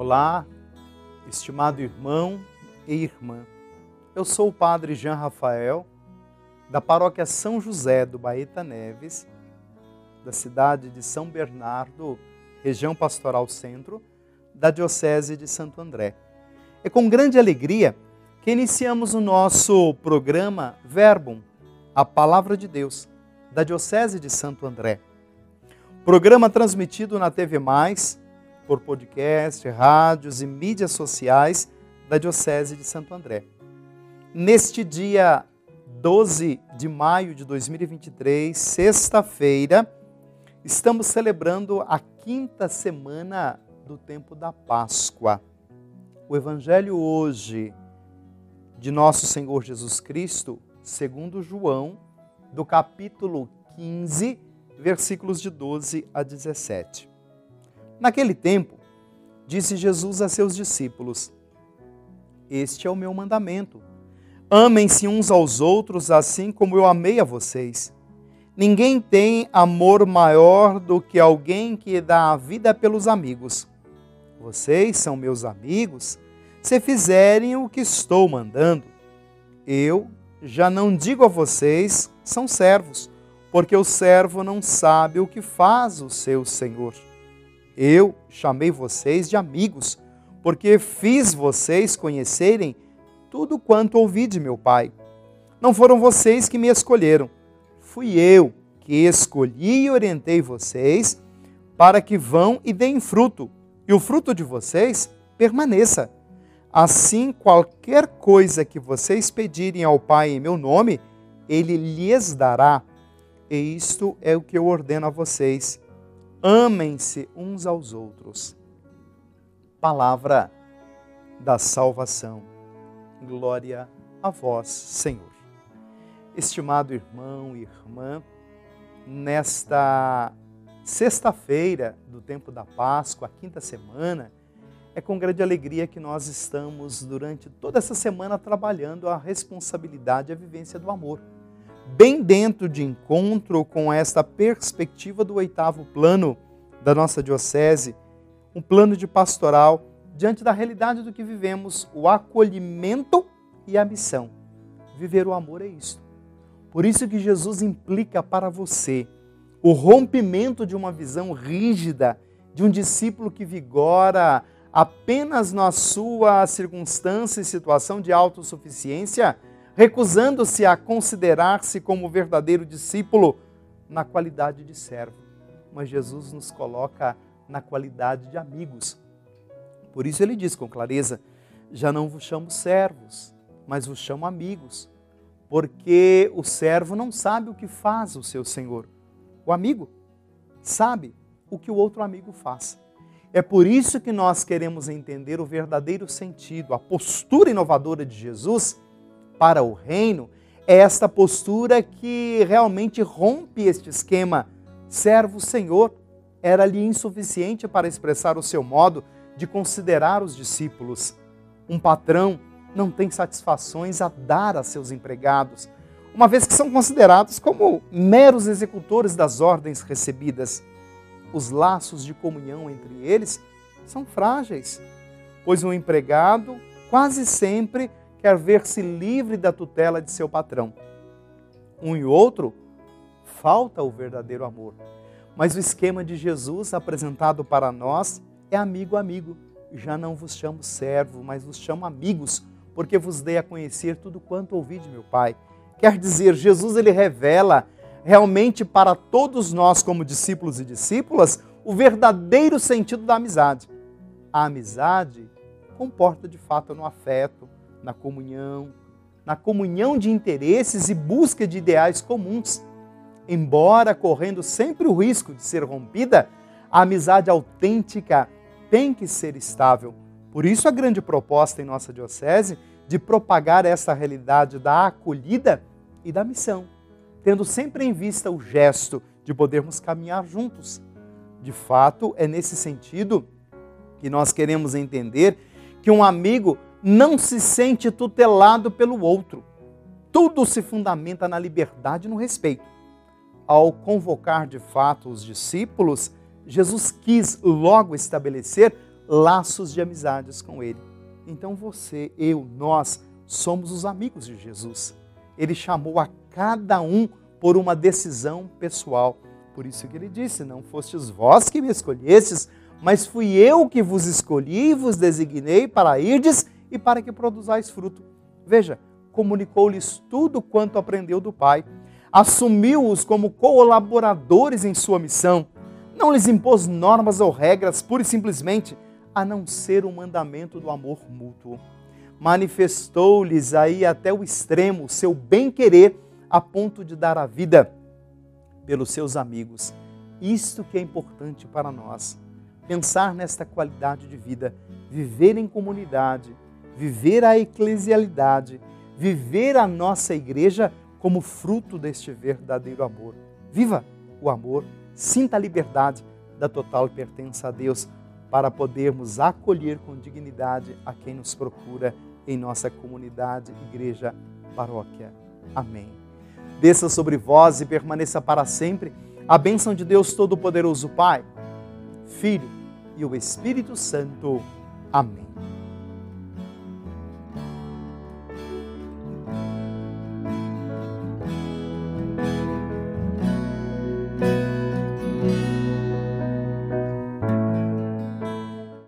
Olá, estimado irmão e irmã. Eu sou o padre Jean Rafael, da paróquia São José do Baeta Neves, da cidade de São Bernardo, região pastoral centro, da diocese de Santo André. É com grande alegria que iniciamos o nosso programa Verbum, a Palavra de Deus, da diocese de Santo André. Programa transmitido na TV Mais, por podcast, rádios e mídias sociais da diocese de Santo André. Neste dia 12 de maio de 2023, sexta-feira, estamos celebrando a quinta semana do tempo da Páscoa. O Evangelho hoje de Nosso Senhor Jesus Cristo, segundo João, do capítulo 15, versículos de 12 a 17. Naquele tempo, disse Jesus a seus discípulos: Este é o meu mandamento. Amem-se uns aos outros assim como eu amei a vocês. Ninguém tem amor maior do que alguém que dá a vida pelos amigos. Vocês são meus amigos se fizerem o que estou mandando. Eu já não digo a vocês, são servos, porque o servo não sabe o que faz o seu senhor. Eu chamei vocês de amigos, porque fiz vocês conhecerem tudo quanto ouvi de meu Pai. Não foram vocês que me escolheram, fui eu que escolhi e orientei vocês para que vão e deem fruto, e o fruto de vocês permaneça. Assim, qualquer coisa que vocês pedirem ao Pai em meu nome, Ele lhes dará. E isto é o que eu ordeno a vocês. Amem-se uns aos outros. Palavra da salvação. Glória a vós, Senhor. Estimado irmão e irmã, nesta sexta-feira do tempo da Páscoa, a quinta semana, é com grande alegria que nós estamos, durante toda essa semana, trabalhando a responsabilidade e a vivência do amor. Bem dentro de encontro com esta perspectiva do 8º plano da nossa diocese, um plano de pastoral, diante da realidade do que vivemos, o acolhimento e a missão. Viver o amor é isto. Por isso que Jesus implica para você o rompimento de uma visão rígida, de um discípulo que vigora apenas na sua circunstância e situação de autossuficiência, recusando-se a considerar-se como verdadeiro discípulo na qualidade de servo. Mas Jesus nos coloca na qualidade de amigos. Por isso ele diz com clareza: já não vos chamo servos, mas vos chamo amigos, porque o servo não sabe o que faz o seu senhor. O amigo sabe o que o outro amigo faz. É por isso que nós queremos entender o verdadeiro sentido, a postura inovadora de Jesus para o reino, é esta postura que realmente rompe este esquema. Servo-senhor era-lhe insuficiente para expressar o seu modo de considerar os discípulos. Um patrão não tem satisfações a dar a seus empregados, uma vez que são considerados como meros executores das ordens recebidas. Os laços de comunhão entre eles são frágeis, pois um empregado quase sempre quer ver-se livre da tutela de seu patrão. Um e outro falta o verdadeiro amor. Mas o esquema de Jesus apresentado para nós é amigo. Já não vos chamo servo, mas vos chamo amigos, porque vos dei a conhecer tudo quanto ouvi de meu Pai. Quer dizer, Jesus ele revela realmente para todos nós como discípulos e discípulas o verdadeiro sentido da amizade. A amizade comporta de fato no afeto, na comunhão de interesses e busca de ideais comuns. Embora correndo sempre o risco de ser rompida, a amizade autêntica tem que ser estável. Por isso a grande proposta em nossa diocese de propagar essa realidade da acolhida e da missão, tendo sempre em vista o gesto de podermos caminhar juntos. De fato, é nesse sentido que nós queremos entender que um amigo não se sente tutelado pelo outro. Tudo se fundamenta na liberdade e no respeito. Ao convocar de fato os discípulos, Jesus quis logo estabelecer laços de amizades com Ele. Então você, eu, nós somos os amigos de Jesus. Ele chamou a cada um por uma decisão pessoal. Por isso que Ele disse, não fostes vós que me escolhestes, mas fui eu que vos escolhi e vos designei para irdes e para que produzais fruto. Veja, comunicou-lhes tudo quanto aprendeu do Pai, assumiu-os como colaboradores em sua missão, não lhes impôs normas ou regras, pura e simplesmente, a não ser o mandamento do amor mútuo. Manifestou-lhes aí até o extremo seu bem-querer, a ponto de dar a vida pelos seus amigos. Isto que é importante para nós. Pensar nesta qualidade de vida, viver em comunidade, viver a eclesialidade, viver a nossa igreja como fruto deste verdadeiro amor. Viva o amor, sinta a liberdade da total pertença a Deus para podermos acolher com dignidade a quem nos procura em nossa comunidade, igreja, paróquia. Amém. Desça sobre vós e permaneça para sempre a bênção de Deus Todo-Poderoso, Pai, Filho e o Espírito Santo. Amém.